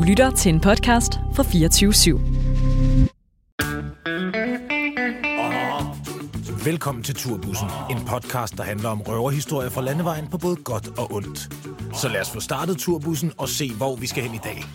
lytter til en podcast fra 24/7. Velkommen til Turbussen, en podcast, der handler om røverhistorier fra landevejen på både godt og ondt. Så lad os få startet Turbussen og se, hvor vi skal hen i dag.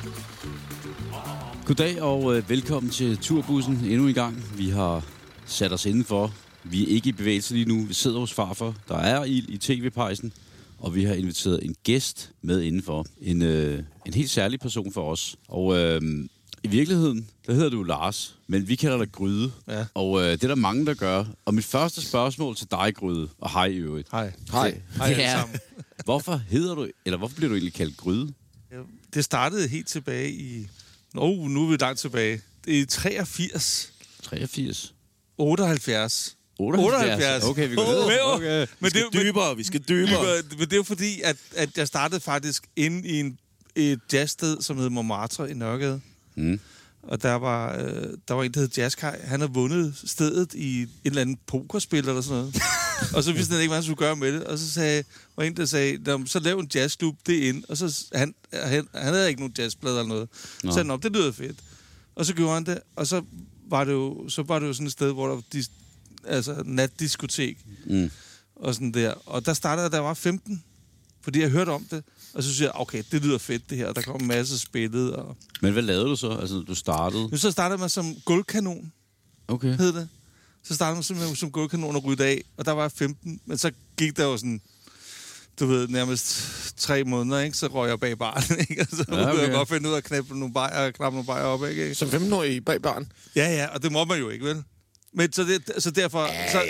Goddag og velkommen til Turbussen endnu en gang. Vi har sat os indenfor. Vi er ikke i bevægelse lige nu. Vi sidder hos farfar. Der er ild i tv-pejsen. Og vi har inviteret en gæst med indenfor. En helt særlig person for os. Og i virkeligheden, der hedder du Lars. Men vi kalder dig Gryde. Ja. Og det er der mange, der gør. Og mit første spørgsmål til dig, Gryde. Og hej i øvrigt. Hej. Det er, hvorfor bliver du egentlig kaldt Gryde? Det startede helt tilbage i... nu er vi langt tilbage. Det er 83. 83? 78. 78? Okay, vi går ned. Okay. Vi skal dybere. Men det er jo fordi, at jeg startede faktisk inde i et jazzsted, som hed Montmartre i Nørregade. Mm. Og der var en, der hed Jazzkaj. Han havde vundet stedet i en eller anden pokerspil eller sådan noget. Og så vidste han ikke, hvad han skulle gøre med det. Og så var en, der sagde, så lav en jazzklub, det ind. Og så han havde ikke nogen jazzplader eller noget. Så sagde han, det lyder fedt. Og så gjorde han det. Og så var det jo sådan et sted, hvor der var natdiskotek. Mm. Og sådan der. Og der startede jeg, da jeg var 15. Fordi jeg hørte om det. Og så synes jeg, okay, det lyder fedt det her. Der kom en masse spillet. Og... Men hvad lavede du så? Altså, du startede? Så startede man som gulvkanon. Okay. Hed det. Så startede man simpelthen som gulvkanon og rydde af. Og der var jeg 15. Men så gik der jo sådan, du ved, nærmest 3 måneder, ikke? Så røg jeg bag baren, ikke? Og så kunne jeg godt finde ud af at knappe nogle bajer op, ikke? Som 15-årig bag baren? Ja, og det må man jo ikke, vel? Men så derfor...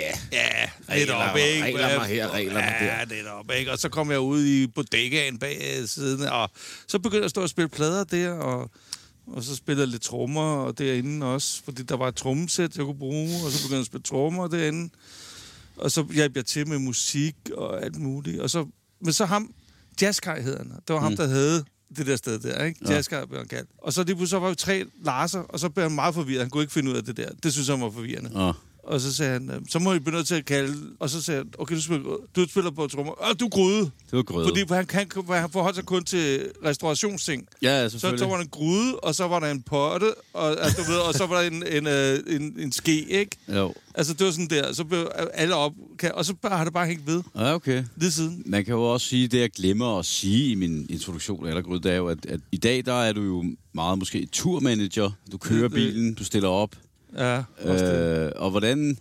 Regler mig der. Ja, det er op, ikke? Og så kom jeg ud i bodegaen bag siden, og så begyndte jeg at stå og spille plader der, og så spillede jeg lidt trommer og derinde også, fordi der var et trommesæt, jeg kunne bruge, og så begyndte jeg at spille trommer derinde. Og så hjalp jeg til med musik og alt muligt. Men så ham, Jazzkaj hed han. Det var ham, der havde det der sted der, ikke? Ja. Jazzkaj blev han kaldt. Og så lige pludselig så var vi 3 Larser, og så blev han meget forvirret. Han kunne ikke finde ud af det der. Det synes han var forvirrende. Ja. Og så sagde han, så må I blive nødt til at kalde... Og så sagde han, okay, du spiller på trommer. Du er Gryde. Det var Gryde. Fordi han forholdt sig kun til restaurationsting. Ja, selvfølgelig. Så var der en gryde, og så var der en potte, og så var der en ske, ikke? Jo. Altså, det var sådan der. Så blev alle op, og så har det bare hængt ved. Ja, okay. Lige siden. Man kan jo også sige, det jeg glemmer at sige i min introduktion, eller Gryde, det er jo, at i dag, der er du jo meget måske turmanager. Du kører bilen, du stiller op. Ja, og hvordan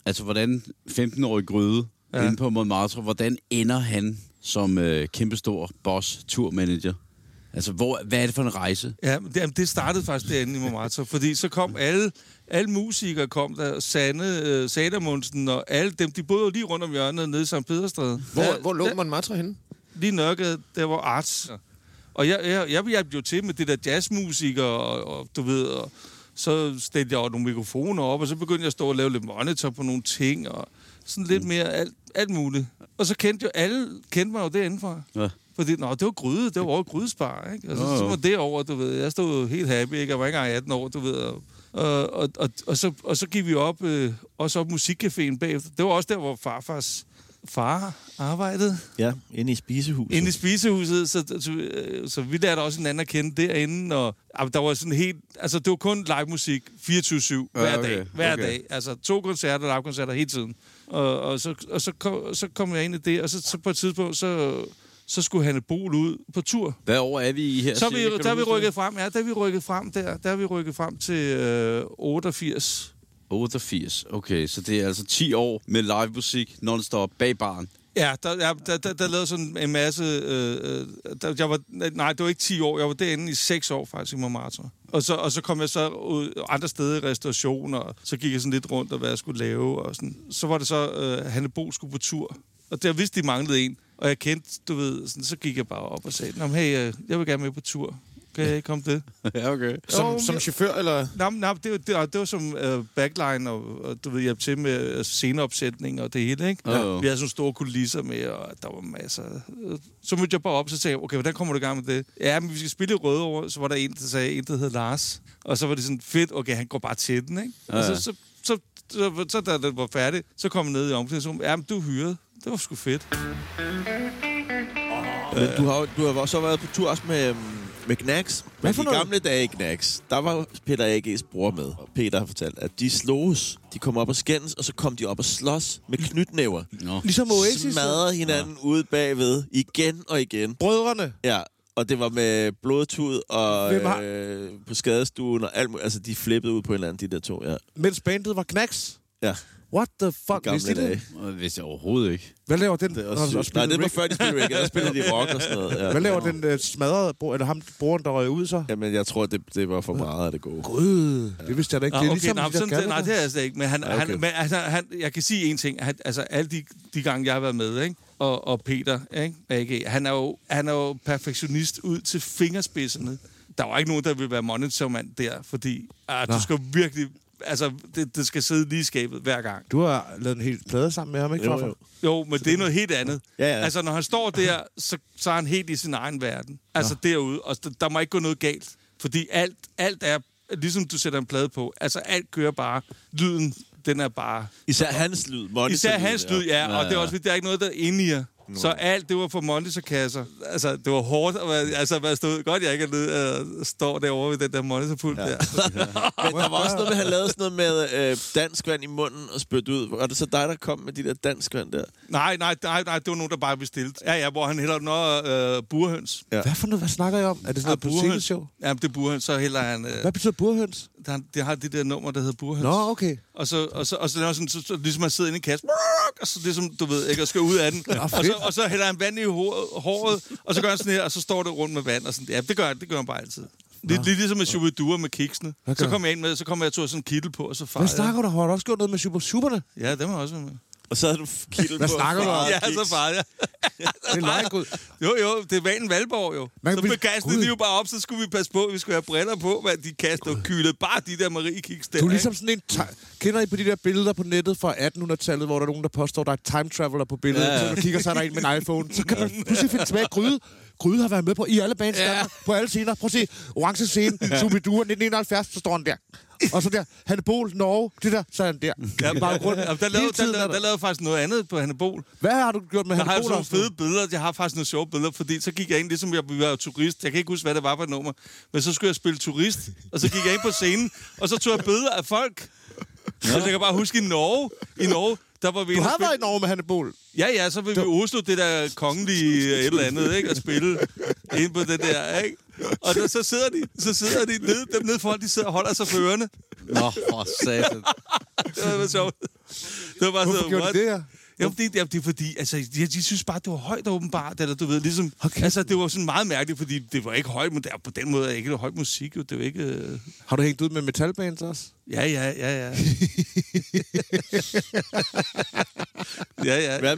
15-årig Gryde inde på Montmartre, hvordan ender han som kæmpestor boss turmanager? Altså, hvad er det for en rejse? Ja, det startede faktisk derinde i Montmartre, fordi så kom alle musikere kom der, Sanne, Sadamonsen og alle dem, de boede jo lige rundt om hjørnet nede i Sankt Pederstræde. Hvor lå Montmartre henne? Lige Nørregade, der var Arts. Og jeg hjalp jo til med det der jazzmusikere, og du ved... Og så stillede jeg nogle mikrofoner op, og så begyndte jeg at stå og lave lidt monitor på nogle ting, og sådan lidt mere alt muligt. Og så alle mig jo derindefra. Ja. Fordi, det var Gryde, det var over Grydespar, ikke? Og så var det over, du ved. Jeg stod helt happy, ikke? Jeg var ikke engang 18 år, du ved. Og så gik vi op, også op musikcaféen bagefter. Det var også der, hvor farfars far arbejdede. Ja, inde i spisehuset. Inde i spisehuset, så vi lærte også hinanden at kende derinde, og der var sådan helt... Altså, det var kun live musik 24/7 hver dag. Altså, 2 koncerter, live-koncerter hele tiden. Og så kom jeg ind i det, og så på et tidspunkt, så skulle Hanne Bol ud på tur. Hvad år er vi i her? Der er vi rykket frem. Ja, der er vi rykket frem til 88. 88, okay. Så det er altså 10 år med live musik non-stop bag baren. Ja, der lavede sådan en masse... det var ikke 10 år. Jeg var derinde i 6 år faktisk i Montmartre. Og så kom jeg så ud andre steder i restauration, og så gik jeg sådan lidt rundt, og hvad jeg skulle lave. Og sådan. Så var det så, Hanne Bol skulle på tur. Og der vidste de manglede en. Og jeg kendte, du ved, sådan, så gik jeg bare op og sagde, hey, jeg vil gerne med på tur. Kan jeg ikke komme det? Ja, okay. Som chauffør, eller? Nej, det var som backline, og du ved, hjælpe til med sceneopsætning og det hele, ikke? Ja. Vi havde sådan store kulisser med, og der var masser. Så mødte jeg bare op, så sagde jeg, okay, hvordan kommer du i gang med det? Ja, men vi skal spille i Rødovre. Så var der en, der sagde, en, der hed Lars. Og så var det sådan fedt, okay, han går bare til den, ikke? Ja. Og så da det var færdigt, så kom jeg ned i omklædningsrummet. Ja, men du hyrede. Det var sgu fedt. Men du har også været på tur også med Med Knacks. Hvad Men for i noget? gamle dage i Knacks, der var Peter A.G.'s bror med. Og Peter har fortalt, at de sloges. De kom op og skændes, og så kom de op og slås med knytnæver. Nå. Ligesom Oasis. Smadrede hinanden ude bagved igen og igen. Brødrene. Ja, og det var med blodtud og Hvem har- på skadestuen og alt muligt. Altså, de flippede ud på hinanden, de der to, ja. Mens bandet var Knacks. Ja, What the fuck? gamle Vidste I dage. det? Det vidste jeg overhovedet ikke. Hvad laver den? Det er Når også du sygt. Nej, spiller det var reggae? før, de spillede reggae. Der spillede de rock og sådan noget. Ja. Hvad laver den smadrede bror, eller ham, broren, der røg ud så? Jamen, jeg tror, det var for meget af det gode. Gud, det vidste jeg da ikke. Det er ligesom, nej, de der sådan, nej, det er jeg slet ikke. Men, okay. men altså, jeg kan sige en ting. Altså, alle de gange, jeg har været med, ikke? Og Peter, ikke? AG, han er jo perfektionist ud til fingerspidserne. Der var ikke nogen, der ville være monitormand der, fordi du skal virkelig... Altså, det skal sidde lige i skabet hver gang. Du har lavet en hel plade sammen med ham, ikke? Jo, farfar? jo. Jo, men det er noget helt andet. Ja, ja. Altså, når han står der, så er han helt i sin egen verden. Altså, derude. Og der må ikke gå noget galt. Fordi alt er, ligesom du sætter en plade på. Altså, alt kører bare. Lyden, den er bare... Især hans lyd. Især hans lyd, ja. Og det er også, fordi der er ikke noget, der er inde i jer. Så alt, det var for monitorkasser. Altså, det var hårdt. Man stod godt, jeg ikke står derovre ved den der monitorpult der. Men der var også noget med, han lavede sådan noget med dansk vand i munden og spytte ud. Var det så dig, der kom med de der dansk vand der? Nej, det var nogen, der bare bestilte. Ja, hvor han hælder noget burhøns. Ja. Hvad for noget? Hvad snakker I om? Er det sådan noget på sceneshow? Ja, det er burhøns, så hælder han... Hvad betyder burhøns? Det har det der nummer, der hedder burhøns. Nå, okay. Og så laver sådan, så ligesom man sidder inde i kassen, og så det som du ved, ikke, og skal ud af den. Og så hælder han vand i håret, og så gør han sådan her, og så står det rundt med vand. Og sådan. Ja, det gør han bare altid. Lidt ligesom med Shubidua med kiksene. Så kommer jeg ind med, så kommer jeg til sådan en kittel på, og så farer Hvad snakker du? Har du også gjort noget med superne? Ja, dem har også været med. Og så havde du kittel Hvad på. snakker du om? Ja, så farer jeg. Det er lejegud. Jo, det er Valen Valborg jo. Man Så vil- bekastede de jo bare op, så skulle vi passe på, vi skulle have briller på, hvad de kastede og kylede bare de der Marie-kiks der. Du er ligesom sådan en... Kender I på de der billeder på nettet fra 1800-tallet, hvor der er nogen, der påstår, der er time traveler på billedet, så du kigger, så er der en med en iPhone. Så kan man pludselig finde tilbage Gryde. Gryde har været med på i alle bands, på alle scener. Prøv at se, orange scene, Shubidua 1971, så står han der. Og så der, Hannibal, Norge, det der, så er han der. Ja, Bare rundt. der lavede faktisk noget andet på Hannibal. Hvad har du gjort med Der har jeg Hannibal? sådan nogle fede billeder. Jeg har faktisk nogle sjove billeder, fordi så gik jeg ind, ligesom jeg var turist. Jeg kan ikke huske, hvad det var for et nummer. Men så skulle jeg spille turist, og så gik jeg ind på scenen, og så tog jeg billeder af folk. Ja. Jeg kan bare huske i Norge, der var vi... Du har været i Norge med Hannibal. Ja, så vil vi Oslo, det der kongelige et eller andet, ikke? Og spille ind på det der, ikke? Og så sidder de dem nede foran, de sidder og holder sig for ørerne. Nå, for satan. Det var sjovt. Det var bare Hvorfor gjorde de det her? Jamen, det er fordi, altså, de synes bare, det var højt åbenbart, eller du ved, ligesom, altså, det var sådan meget mærkeligt, fordi det var ikke højt, men det er på den måde er ikke det højt musik, jo, det var ikke... Har du hængt ud med metalbands også? Ja. ja. Hvad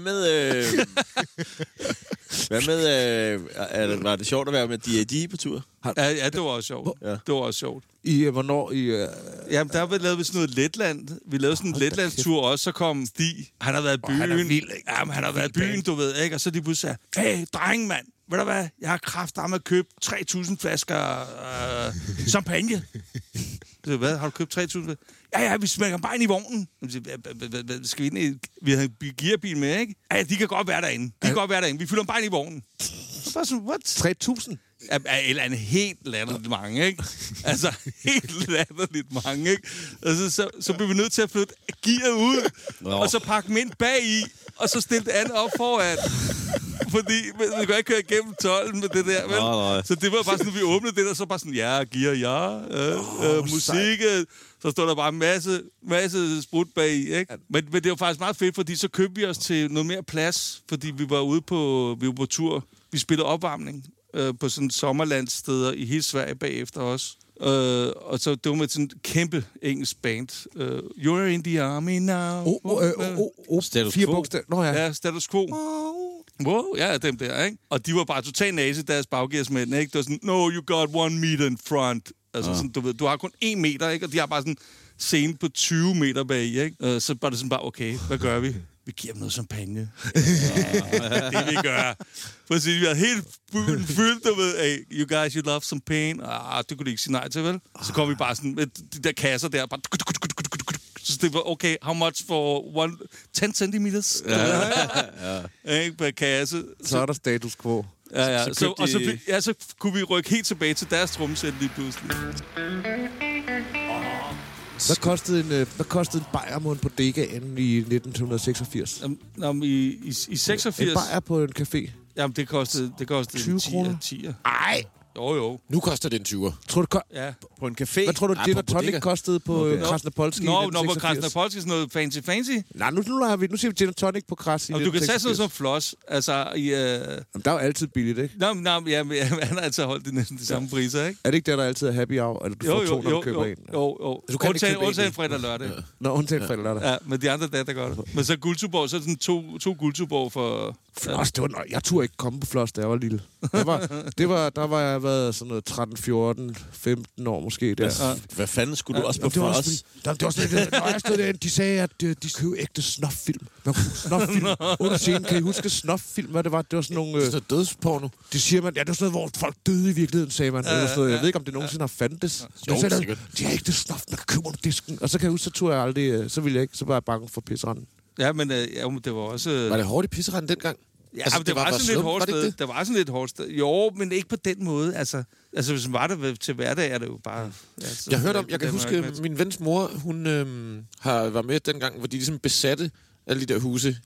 med... var det sjovt at være med D.A.D. på tur? Ja, det var også sjovt. Ja. Det var også sjovt. Hvornår? Jamen, der lavede vi sådan noget Letland. Vi lavede sådan en Letlandstur også, så kom Stig. Han har været i byen. han er vild, ikke? Jamen, han har været i byen, du ved, ikke? Og så de pludselig sagde, hey, dreng, mand, ved du hvad? Jeg har kraftedeme købt 3.000 flasker champagne. Så, hvad? Har du købt 3.000? Ja, vi smækker bare ind i vognen. Hvad skal vi ind i? Vi havde en gearbil med, ikke? Ja, de kan godt være derinde. Vi fylder dem bare ind i vognen. Så bare sådan, what? 3.000? Eller andet helt latterligt mange, ikke? Altså, helt latterligt mange, ikke? Altså, så blev vi nødt til at flytte gearet ud, og så pakke dem ind bag i, og så stille det andet op foran. Fordi vi kan ikke køre igennem 12 med det der, vel? Nej. Så det var bare sådan, at vi åbnede det der, så bare sådan, ja, gear, musik, så stod der bare en masse sprut bag i, ikke? Men det var faktisk meget fedt, fordi så købte vi os til noget mere plads, fordi vi var på tur. Vi spillede opvarmning på sådan sommerlandssteder i hele Sverige bagefter også. Og så det var med sådan en kæmpe engelsk band. You're in the army now. Status 4 quo. bogstaver. Nå ja. Ja, status quo. Wow, ja, dem der, ikke? Og de var bare totalt nazi, deres baggearsmænd, ikke? Det var sådan, no, you got 1 meter in front. Altså sådan, du ved, du har kun 1 meter, ikke? Og de har bare sådan scene på 20 meter bag, ikke? Så var det sådan bare, okay, hvad gør vi? Vi giver dem noget champagne. Det vi gør. For at sige, vi har helt fyldt, du ved, hey, you guys, you love some pain. Det kunne de ikke sige nej til, vel? Så kom vi bare sådan med de der kasser der, bare... Så det var, okay, how much for 10 centimeters? Ja. Per kasse. Så er der status quo. Ja. Så kunne vi rykke helt tilbage til deres tromsæt lige pludselig. Hvad kostede en bajer på en bodegaen i 1986? I 86... En bajer på en café? Jamen, det kostede 20 kroner? 10'er. Ej! Jo. Nu koster det en 20'er. Tror du ja. På en café? Hvad tror du, gin og tonic kostede på Krasnopolski i 1986? På Krasnopolski sådan noget fancy? Nej, nu siger vi gin og tonic på Kras i 1986. Du kan tage sådan noget som floss. Altså, Jamen, der er jo altid billigt, ikke? Han har altid holdt det næsten de samme priser, ikke? Er det ikke der altid er happy hour? Eller du får to, når du køber en? Jo. Undtagen fredag og lørdag. Nå, undtagen fredag og lørdag. Ja, men de andre dage, der gør det. Men så Guldtuborg, så er det sådan to Guldtuborg for... Floss, jeg turde ikke komme på Floss, da jeg var lille. Der var jeg været sådan noget 13, 14, 15 år måske. Der. Hvad fanden skulle du også på Floss? Det var sådan lidt, når jeg stod derinde, de sagde, at de købte ægte snoffilm. Snoffilm. Under scenen, kan I huske snoffilm? Hvad det var? Det var sådan nogle... Det var dødsporno. Det siger man, ja, det var sådan noget, hvor folk døde i virkeligheden, sagde man. Jeg ved ikke, om det nogensinde har fandtes. De har ægte snoff, man kan købe under disken. Og så kan jeg huske, så tog jeg aldrig... Så ville jeg ikke, så var jeg bange for pisseranden. Ja, men det var også... Var det hårdt i pisseranden dengang? Ja, altså, det var sådan lidt hårdt sted. Det var sådan lidt hårdt sted. Jo, men ikke på den måde. Altså hvis man var der til hverdag, er det jo bare... Altså, jeg kan huske, min vens mor, hun var med dengang, hvor de ligesom besatte alle de der huse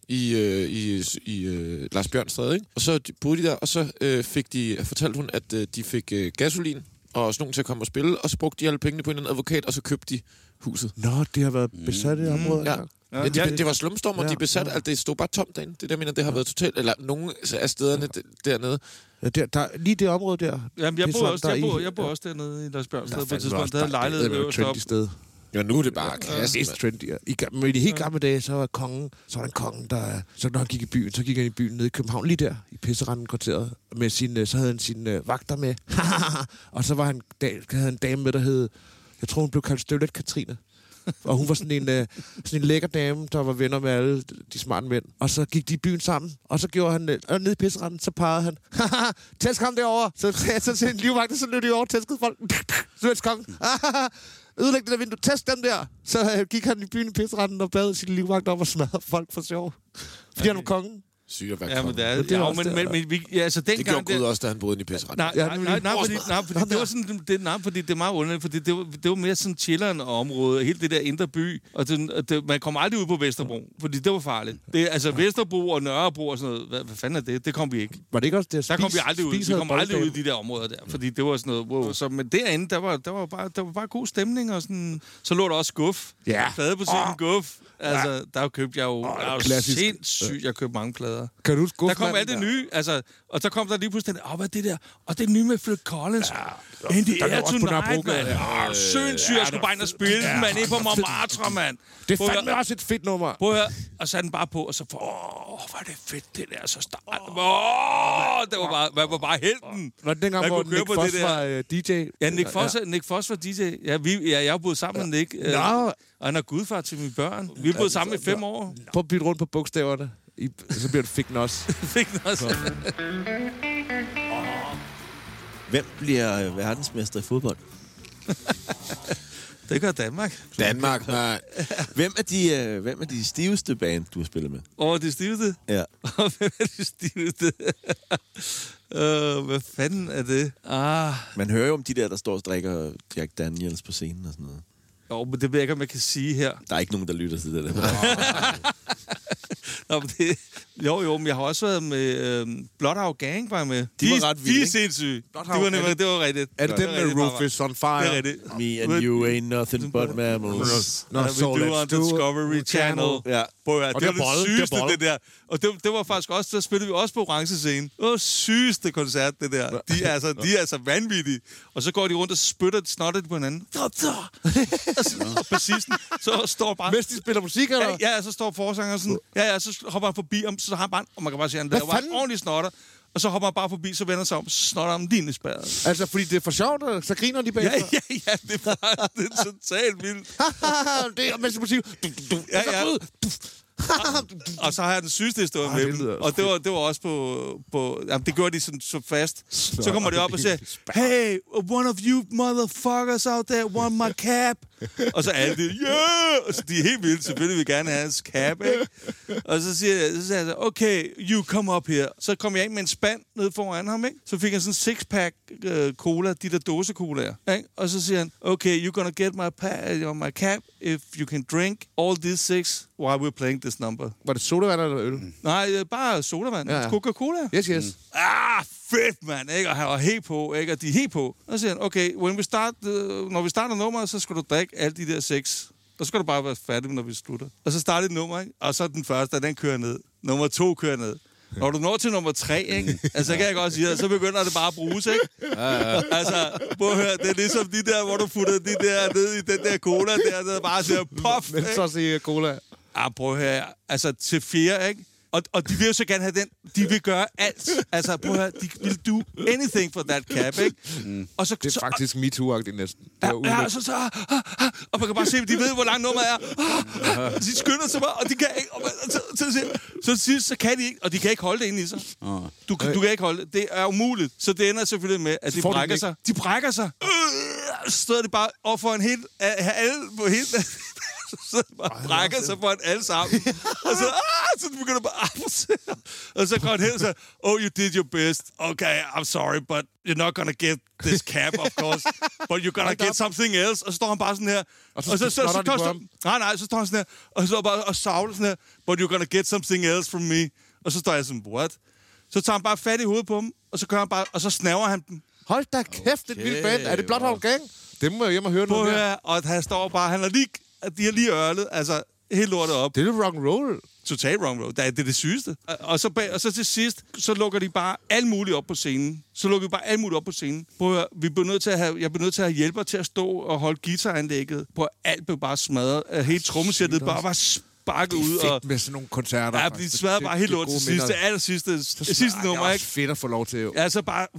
i Lars Bjørnstræde, ikke? Og så boede de der, og så fortalte hun, at de fik gasolin og sådan nogen til at komme og spille, og så brugte de alle pengene på en eller anden advokat, og så købte de huset. Nå, det har været besatte områder. Ja. Ja, det var slumstormer, de besatte alt. Det stod bare tomt derinde. Det der mener, det har været totalt... Eller nogle af stederne dernede. Ja, lige det område der. Jamen, jeg bor også dernede i Lars Bjørnstræde på et tidspunkt. Der havde lejlighed øverst op. Ja, nu er det bare klasse. Det er trendy. Men i de helt gamle dage, så var der en konge, der... Så når han gik i byen, så gik han i byen nede i København, lige der, i Pisseranden kvarteret. Så havde han sine vagter med. Og så havde han en dame med, der hed... Jeg tror, hun blev kaldt Støvlet Katrine. Og hun var sådan en lækker dame, der var venner med alle de smarte mænd. Og så gik de i byen sammen, og så gjorde han ned i pisseranden, så pegede han. Tæsk ham derovre! Så til en livvagt, så løb de over, tæskede folk. Svensk konge. Ødelæg det der vindue, tæsk dem der! Så gik han i byen i pisseranden og bad sin livvagt om at smadre folk for sjov. Fordi han var kongen. Sygt at være kongen. Ja, men det er altså det gjorde Gud også, da han boede inde i pisseranden. Nej, fordi det er meget underligt, fordi det var mere sådan chilleren område, hele det der indre by, og man kommer aldrig ud på Vesterbro, fordi det var farligt. Det altså Vesterbro og Nørrebro og sådan noget, hvad fanden er det? Det kom vi ikke. Var det ikke også det? Der kom vi aldrig ud. Vi kom aldrig ud i de der områder der, fordi det var sådan noget, wow. Så, men derinde, der var bare god stemning, og sådan, så lå der også Guf. Ja. Pladebutikken Guf. Altså, der købte jeg jo... sindssygt, jeg købte mange plader. Kan du huske Guf? Der kom alt det nye, altså... Og så kom der lige pludselig hvad er det der? Og det nye med Phil Collins. In the Air Tonight, mand. Sindssygt, jeg skulle bare ind og spille den, mand. Ind på Montmartre, mand. Det er fandme også et fedt nummer. Prøv at høre. Og satte den bare på, og så hvor er det fedt, det der. Så start. Det var bare... Man var bare helten. Var det dengang, hvor Nick Foss var DJ? Ja, Nick Foss var DJ. Ja, jeg har boet sammen med Nick. Og han er gudfar til mine børn. Vi har boet sammen i 5 år. Prøv at bytte rundt på bogstaverne. Så bliver det Fignos. Fignos. Hvem bliver verdensmester i fodbold? Det gør Danmark. Danmark, nej. Hvem er de stiveste band, du har spillet med? De stiveste? Ja. Hvem er de stiveste? Hvad fanden er det? Man hører jo om de der står og drikker Jack Daniels på scenen og sådan noget. Jo, men det ved jeg ikke, om jeg kan sige her. Der er ikke nogen, der lytter til det der. Nå, men jo, men jeg har også været med Bloodhound Gang, var jeg med. De var ret vilde, de er sindssyge. Det var rigtigt. Er det dem med Rufus on Fire? Det er rigtigt. Me and you ain't nothing but mammals. We do on Discovery Channel. Ja. Det var det sygeste, det der. Og det var faktisk også, der spillede vi også på orange scene. Det var sygeste koncert, det der. De er altså vanvittige. Og så går de rundt og spytter snottet på hinanden. Og bassisten, så står bare... Mens de spiller musik, eller? Ja, så står forsangeren sådan... Ja, så hopper han forbi, så har han bare... Og man kan bare sige, han der var ordentlig snotter. Og så hopper han bare forbi, så vender sig om, så snotter han din i spærret. Altså, fordi det er for sjovt, så griner de bagefter? Ja, det er totalt vildt. Det er mens musik... Ja. Og så har jeg den sygeste historie med dem. Og det var også på jamen, det gjorde de sådan så fast. Så kommer de op og siger, hey, one of you motherfuckers out there want my cap. Og så alle det, yeah! Og så de er helt vildt, selvfølgelig vil gerne have hans cap, ikke? Og så siger jeg, okay, you come up here. Så kom jeg ind med en spand ned foran ham, ikke? Så fik jeg sådan en 6-pack cola, de der dåsekolaer, ikke? Og så siger han, okay, you're gonna get my cap if you can drink all these 6 while we're playing this number. Var det sodavand eller øl? Nej, bare sodavand. Ja. Coca-Cola. Yes. Fedt, mand, ikke? Og han var helt på, ikke? Og de er helt på. Og så siger han, okay, når vi starter nummeret, så skal du drikke alle de der 6. Og så skal du bare være færdig, når vi slutter. Og så starter et nummer, ikke? Og så den første, den kører ned. Nummer 2 kører ned. Når du når til nummer 3, ikke? Altså, kan jeg godt sige, så begynder det bare at bruges, ikke? Ja. Altså, prøv at høre, det er ligesom de der, hvor du putter de der ned i den der cola, der bare siger, puff, men så siger cola. Prøv at høre, altså til 4, ikke? Og de vil jo så gerne have den. De vil gøre alt. Altså, prøv at høre, de vil do anything for that cap, ikke? Og så, det er faktisk MeToo-agtigt næsten. Og man kan bare se, at de ved, hvor langt nummeret er. De skynder sig bare, og de kan ikke. Så kan de ikke, og de kan ikke holde det inde i sig. Du kan ikke holde det. Det er umuligt. Så det ender selvfølgelig med, at de brækker sig. De brækker sig. Så stod det bare op for en helt... Alle på helt... Så bare brækker sig foran alle sammen. Og så begynder bare... Og så går han hen og siger, oh, you did your best. Okay, I'm sorry, but you're not gonna get this cap, of course. But you're gonna get something else. Og så står han bare sådan her. Og så står han sådan her. Og så bare og savler sådan her. But you're gonna get something else from me. Og så står jeg sådan, what? Så tager han bare fat i hovedet på dem, og så kører han bare, og så snaver han dem. Hold da kæft, et vildt band. Er det Bloodhound Gang? Det må jeg hjem og høre noget mere. Og han står bare, de har lige ørlet, altså helt lortet op. Det er rock and roll. Total rock and roll. Det er det sygeste. Og så til sidst, så lukker de bare alt muligt op på scenen. Jeg bliver nødt til at have hjælper til at stå og holde guitaranlægget. Alt blev bare smadret. Helt trommesættet bare var sparket ud. Det er fedt med sådan nogle koncerter. Ja, de smadrede bare helt lort til sidst. Det allersidste nummer, ikke? Det er fedt at få lov til, jo. Ja, så bare...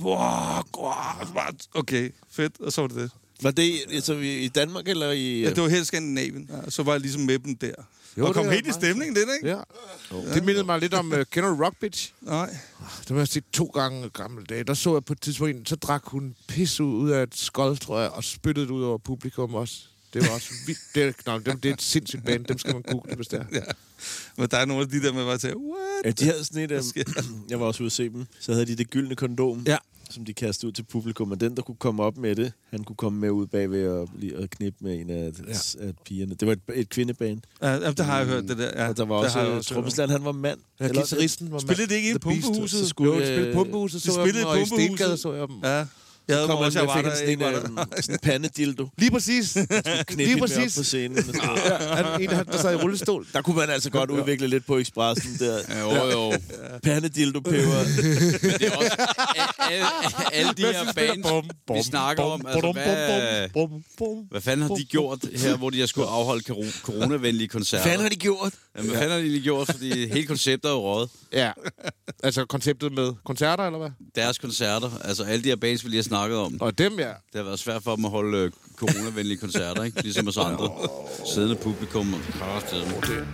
Okay, fedt. Og så var det. Var det altså, i Danmark, eller i... Ja, det var helt Skandinavien. Ja, så var jeg ligesom med dem der. Jo, og kom helt i stemningen, det, ikke? Ja. Det mindede mig lidt om kender du Rock Bitch? Nej. Det har jeg set 2 gange gamle dage. Der så jeg på et tidspunkt, så drak hun pis ud af et skold, tror jeg, og spyttede det ud over publikum også. Det var også vildt. Det er et sindssygt band. Dem skal man google, hvis det er. Ja. Men der er nogle af de der med bare til, what? Ja, de havde sådan et... jeg var også ude at se dem. Så havde de det gyldne kondom. Ja. Som de kastede ud til publikum, og den, der kunne komme op med det, han kunne komme med ud bagved og knippe med en af pigerne. Det var et kvindeband. Ja, det har jeg hørt, det der. Ja, og der var også trommeslageren, han var mand. Ja, guitaristen var mand. Spillede det ikke i Pumpehuset? Jo, de spillede Pumpehuset, så jeg dem, og i Stengade så jeg dem. Ja. Jeg kom også, jeg var der sådan en pandedildo. Lige præcis. Lige præcis. På scenen. En, der sad i rullestol. Der kunne man altså godt udvikle lidt på Expressen der. Jo. Pandedildo-peber. Men det er også alle de her bands, vi snakker om. Altså, hvad fanden har de gjort her, hvor de har skulle afholde coronavenlige koncerter? Hvad fanden har de gjort? Jamen, hvad fanden har de egentlig gjort? Fordi hele konceptet er jo røget. Ja. Altså konceptet med koncerter, eller hvad? Deres koncerter. Altså alle de her bands, vi lige har snakket om. Og dem, ja. Det har været svært for dem at holde coronavenlige koncerter, ikke? Ligesom os andre. Siddende publikum og det.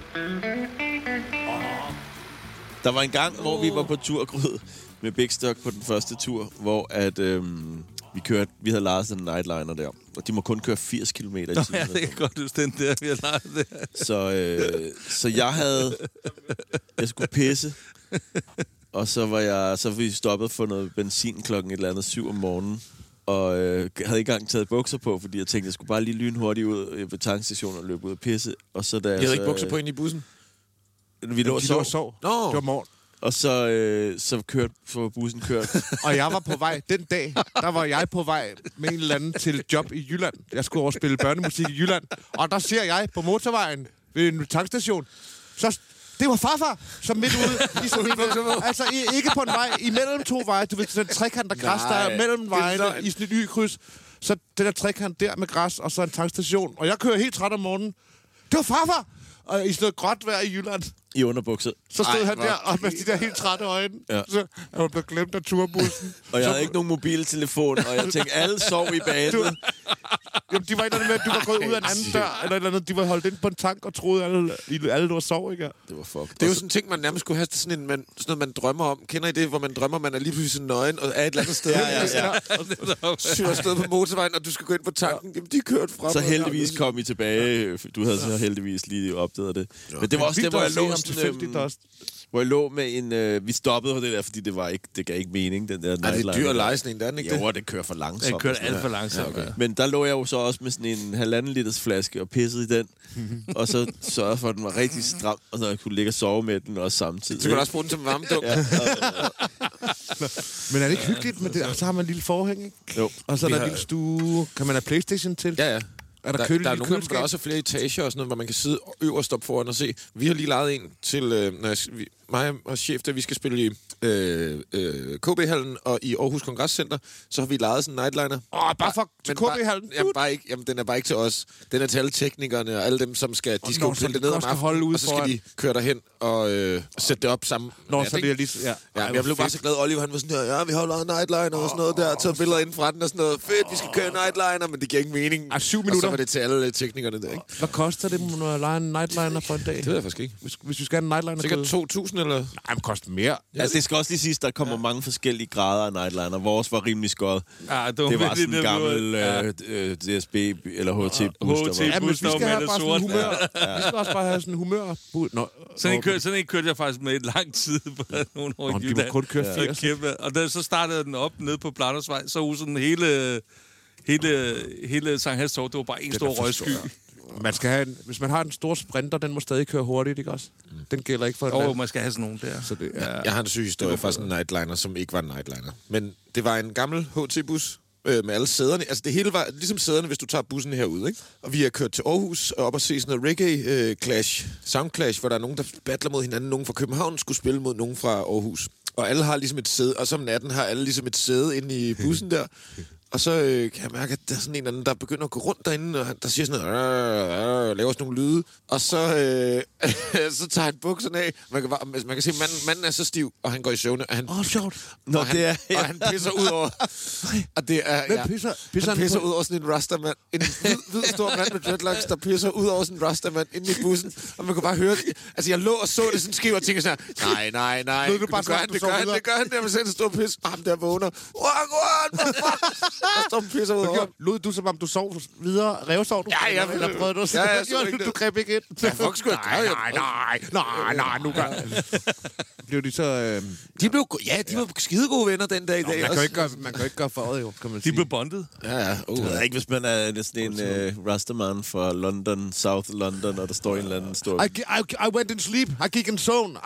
Der var en gang, hvor vi var på turgrød med Big Stock på den første tur, hvor at, vi havde lejet sådan en nightliner der, og de må kun køre 80 km i timen. Ja, det kan godt huske den der, vi har lejet der. Så jeg skulle pisse, og så vi stoppet for noget benzin klokken et eller andet 7 om morgenen, og havde ikke engang taget bukser på, fordi jeg tænkte, jeg skulle bare lige lynhurtigt ud ved tankstationen og løbe ud og pisse. Og så da jeg havde ikke bukser på ind i bussen? Vi lå og sov. Det var morgen. Og så bussen kørt. Og jeg var på vej den dag, der var jeg på vej med en eller anden til job i Jylland. Jeg skulle overspille børnemusik i Jylland. Og der ser jeg på motorvejen ved en tankstation. Så det var farfar, som midt ude i sådan en, altså ikke på en vej, imellem 2 veje. Du ved, sådan en trekant, der græs, der er mellem vejene i sådan et y-kryds. Så den der trekant der med græs, og så en tankstation. Og jeg kører helt træt om morgenen. Det var farfar! Og i sådan noget gråt vejr i Jylland. I underbukser. Så stod han der, og med de der helt trætte øjne. Ja. Så han var blevet glemt af turbussen. Og jeg havde ikke nogen mobiltelefon, og jeg tænkte, alle sov i banen. Jamen, de var et eller andet med, at du var gået ud af en anden dør, eller et eller andet. De var holdt ind på en tank og troede, alle du var sov, ikke? Det var fuck. Det er jo sådan en ting, man nærmest skulle have sådan noget, man drømmer om. Kender I det, hvor man drømmer, man er lige pludselig nøgen og er et eller andet sted? Ja. Syr afsted på motorvejen, og du skal gå ind på tanken. Jamen, de kørte frem. Så heldigvis kom I tilbage. Du havde så heldigvis lige opdaget det. Men det var også det, hvor jeg lå sådan... Hvor jeg lå med en... vi stoppede på det der, fordi det gav ikke mening, den der nightliner. Er det dyr at lege sådan en, der ikke det? Jo, det kører for langsomt. Det kører alt for langsomt, ja. Men der lå jeg jo så også med sådan en 1,5 liters flaske og pissede i den. Og så sørgede for, at den var rigtig stram, og så jeg kunne ligge og sove med den også samtidig. Så kan du også bruge den som varmedunk. Ja. Men er det ikke hyggeligt med det? Så har man en lille forhæng, ikke? Jo. Og så er der en lille stue. Kan man have PlayStation til? Ja. Er der er nogle af dem, der også er flere etager og sådan noget, hvor man kan sidde øverst op foran og se. Vi har lige lejet en til mig og chef, da vi skal spille i KB-hallen og i Aarhus Kongresscenter, så har vi lejet sådan en nightliner. Bare for til KB-hallen? Jamen, den er bare ikke til os. Den er til alle teknikerne og alle dem, som skal... De skal jo pille det ned om aftenen, og så skal de køre derhen og sætte det op sammen. Så det er lige... Ja, jeg blev bare så glad. Oliver, han var sådan her, vi har lejet nightliner og sådan noget der, taget billeder inden fra den og sådan noget. Fedt, vi skal køre nightliner, men det giver ikke mening. 7 minutter. Og så var det til alle teknikerne der, ikke? Hvad koster det, når jeg leger en nightliner for en dag? Det ved jeg faktisk ikke. Hvis vi skal have en nightliner... Sikkert 2.000 eller... Nej, det koster mere. Altså, det skal også lige siges, der kommer mange forskellige grader af nightliner. Vores var rimelig skød. Ja, det var sådan en gammel DSB eller HT-bus. Ja, men vi skal have bare sådan en humør. Vi skal også bare have sådan en humør. Sådan en kørte jeg faktisk med i lang tid på nogle år i Jylland. De må kun køre 80. Og da så startede den op nede på Blandersvej, så sådan hele Sankt Hans Torv, det var bare en stor røgsky. Man skal have hvis man har en stor sprinter, den må stadig køre hurtigt, ikke også? Den gælder ikke for man skal have sådan nogen der. Så det, Jeg har en syg historie fra sådan en nightliner, som ikke var en nightliner. Men det var en gammel HT-bus med alle sæderne. Altså det hele var ligesom sæderne, hvis du tager bussen herude, ikke? Og vi har kørt til Aarhus og op og se sådan noget reggae-clash, soundclash, hvor der er nogen, der battler mod hinanden. Nogen fra København skulle spille mod nogen fra Aarhus. Og alle har ligesom et sæde, og som natten har alle ligesom et sæde inde i bussen der. Og så kan jeg mærke, at der er sådan en eller anden, der begynder at gå rundt derinde, og der siger sådan noget, laver sådan nogle lyde. Og så, så tager han bukserne af. Man kan se, at manden er så stiv, og han går i søvne. sjovt. Og han pisser ud over... Og det er... Hvem pisser han pisser ud over sådan en rastermand. En hvid stor mand med dreadlocks, der pisser ud over sådan en rastermand inde i bussen. Og man kan bare høre det. Altså, jeg lå og så det sådan skiver og tænker sådan her, nej. Det gør han der med sådan en stor pis. Og ham der vågner. Der står pisser ud over. Lod du, som om du sov videre? Revsov du? Ja, eller prøvede du? Du greb ikke ind. Ja, fuck skulle jeg gøre. Nej, nu gør blev de så... De var skidegode venner den dag i dag. Man kan ikke gøre for det, jo, kan man sige. De blev bondet. Ja. Jeg ved ikke, hvis man er sådan en rasterman fra London, South London, og der står en eller anden stor... I went in sleep. I gik in zone.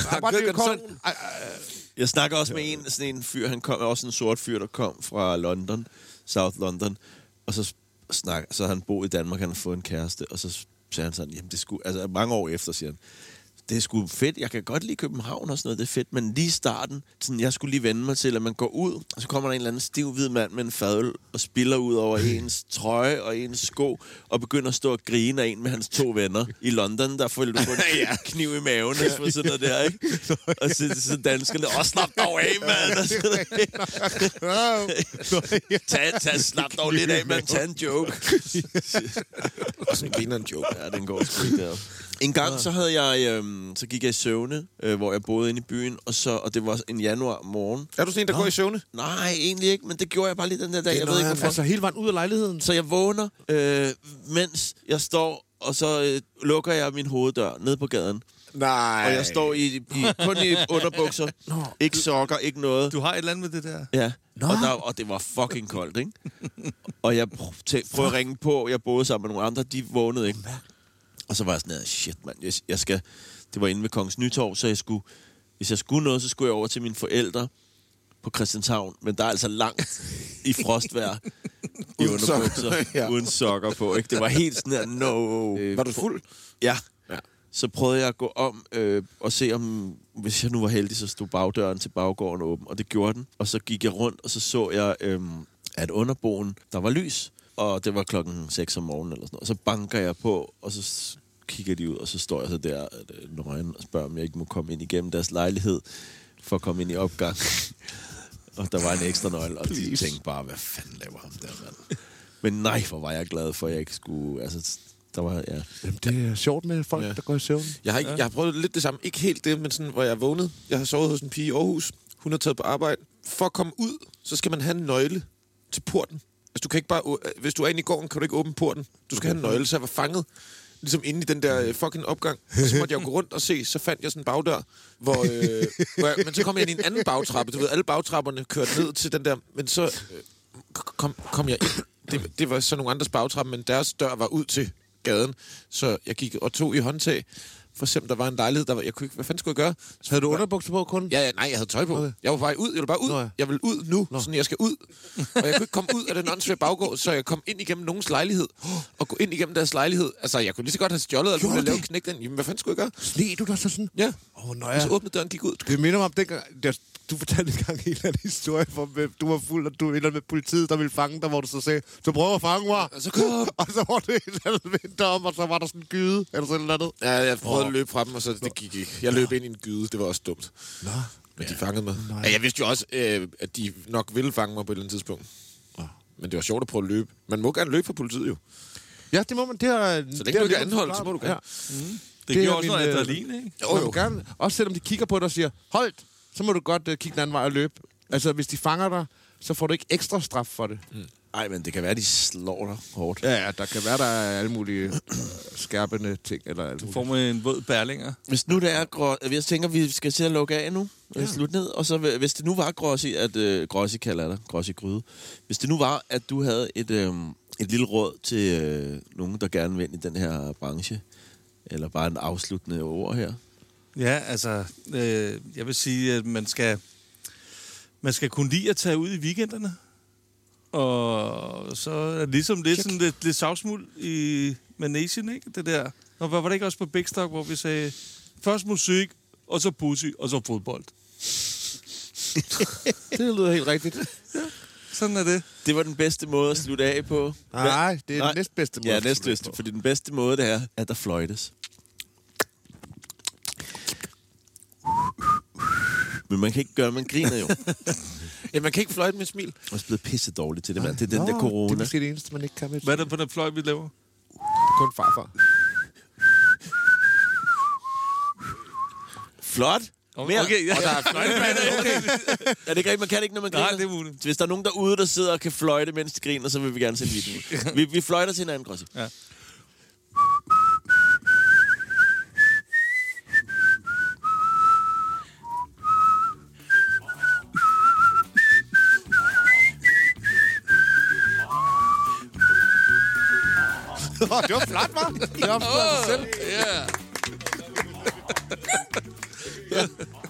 Jeg snakker også med sådan en fyr, han kom også en sort fyr, der kom fra London, South London, og så han boet i Danmark, han har fået en kæreste, og så sagde han sådan, jamen det skulle, altså mange år efter, siger han, det er sgu fedt, jeg kan godt lide København og sådan noget, det er fedt, men lige i starten, sådan, jeg skulle lige vende mig til, at man går ud, og så kommer der en eller anden stiv hvid mand med en fadøl og spiller ud over ens trøje og ens sko, og begynder at stå og grine af en med hans 2 venner i London, der får du en kniv i maven, og sådan noget der, ikke? Og så danskerne, slap dog af, mand! Slap dog lidt af, mand, tag en joke. Og sådan griner en joke. Ja, den går sgu ikke der. En gang så havde jeg, så gik jeg i søvne, hvor jeg boede inde i byen, og det var en januar morgen. Er du sådan en, der går i søvne? Nej, egentlig ikke, men det gjorde jeg bare lige den der dag. Jeg ved ikke, hvorfor. Altså hele vejen ud af lejligheden? Så jeg vågner, mens jeg står, og så lukker jeg min hoveddør ned på gaden. Nej. Og jeg står kun i underbukser. Ikke sokker, ikke noget. Du har et eller andet med det der? Ja. Og det var fucking koldt, ikke? Og jeg prøvede at ringe på, jeg boede sammen med nogle andre, de vågnede ikke. Og så var jeg sådan, shit, mand, det var inde ved Kongens Nytorv, så hvis jeg skulle noget, så skulle jeg over til mine forældre på Christianshavn, men der er altså langt i frostvejr i underbukser, uden sokker på, ikke? Det var helt sådan her, no. Var du fuld? Ja. Så prøvede jeg at gå om og se, om hvis jeg nu var heldig, så stod bagdøren til baggården åben, og det gjorde den. Og så gik jeg rundt, og så jeg, at underboen, der var lys, og det var 6:00 om morgenen eller sådan noget. Og så banker jeg på, og så kigger de ud, og så står jeg så der nøgen og spørger, om jeg ikke må komme ind igennem deres lejlighed, for at komme ind i opgang. Og der var en ekstra nøgle, og de tænkte bare, hvad fanden laver ham der, mand? Men nej, hvor var jeg glad for, at jeg ikke skulle... Altså, der var... Ja. Jamen, det er sjovt med folk, der går i søvn. Jeg har prøvet lidt det samme. Ikke helt det, men sådan, hvor jeg vågnede. Jeg har sovet hos en pige i Aarhus. Hun har taget på arbejde. For at komme ud, så skal man have en nøgle til porten. Altså, du kan ikke bare... Hvis du er inde i gården, kan du ikke åbne porten. Du skal have en nøgle, så jeg var fanget ligesom inde i den der fucking opgang. Og så måtte jeg jo gå rundt og se, så fandt jeg sådan en bagdør, men så kom jeg ind i en anden bagtrappe. Du ved, alle bagtrapperne kørte ned til den der, men så kom jeg ind. Det var så nogle andres bagtrappe, men deres dør var ud til gaden. Så jeg gik og tog i håndtag. For eksempel, der var en lejlighed, der var... Jeg kunne ikke... Hvad fanden skulle jeg gøre? Så havde du underbukser på kun? Ja, nej, jeg havde tøj på. Okay. Jeg var bare ud. Jeg ville bare ud. Nå, ja. Jeg ville ud nu, sådan jeg skal ud. Og jeg kunne ikke komme ud af den åndssvage baggård, så jeg kom ind igennem nogens lejlighed. Og gå ind igennem deres lejlighed. Altså, jeg kunne lige så godt have stjålet, eller lave knæk den. Jamen, hvad fanden skulle jeg gøre? Sneg du der så sådan? Ja. Ja. Og så åbnede døren, gik ud. Det minder mig om dengang... Du fortalte en gang en eller anden historie, hvor du var fuld, og du var med politiet, der ville fange dig, hvor du så sagde, så prøv at fange mig. Og så kom. Og så var det et eller andet vinter om, og så var der sådan en gyde, eller sådan noget andet. Ja, jeg prøvede at løbe fra dem, og så det gik ikke. Jeg løb ind i en gyde, det var også dumt. Nå. Men de fangede mig. Ja, jeg vidste jo også, at de nok ville fange mig på et eller andet tidspunkt. Men det var sjovt at prøve at løbe. Man må gerne løbe fra politiet jo. Ja, det må man. Det er, så længe du ikke er anholdt, så må du gerne. Ja. Det giver også noget adrenalin, ikke? Jo. Gerne. Også selvom de kigger på dig og siger, holdt, så må du godt kigge den anden vej og løbe. Altså, hvis de fanger dig, så får du ikke ekstra straf for det. Nej, men det kan være, at de slår dig hårdt. Ja, der kan være, der er alle mulige skærpende ting. Eller du får med en våd bærlinger. Hvis nu det er jeg tænker, vi skal til at lukke af nu. Slutte ned. Og så hvis det nu var Grossi kalder dig, Grossi Gryde. Hvis det nu var, at du havde et lille råd til nogen, der gerne vil ind i den her branche, eller bare en afsluttende ord her. Ja, altså, jeg vil sige, at man skal kunne lide at tage ud i weekenderne. Og så er det ligesom lidt savsmuld i Manesien, ikke? Det der. Og var det ikke også på Big Stock, hvor vi sagde, først musik, og så pussy, og så fodbold. Det lyder helt rigtigt. Ja, sådan er det. Det var den bedste måde at slutte af på. Nej, det er den næstbedste måde. Ja, næstbedste, fordi den bedste måde, det er, at der fløjtes. Men man kan ikke gøre, man griner jo. Ja, man kan ikke fløjte med smil. Jeg er blevet pisse dårligt til det, mand. Det er den der corona. Det er måske det eneste, man ikke kan med. Hvad er det på den fløjt, vi laver? Kun farfar. Flot. Okay, ja. Og der er fløjtebane. Okay. Er det ikke rigtigt? Man kan ikke, når man griner? Nej, det er muligt. Så hvis der er nogen derude, der sidder og kan fløjte, mens de griner, så vil vi gerne sende video. Vi fløjter til hinanden, Grossi. Ja. Det var flot, hva'? Det var flot selv. Yeah.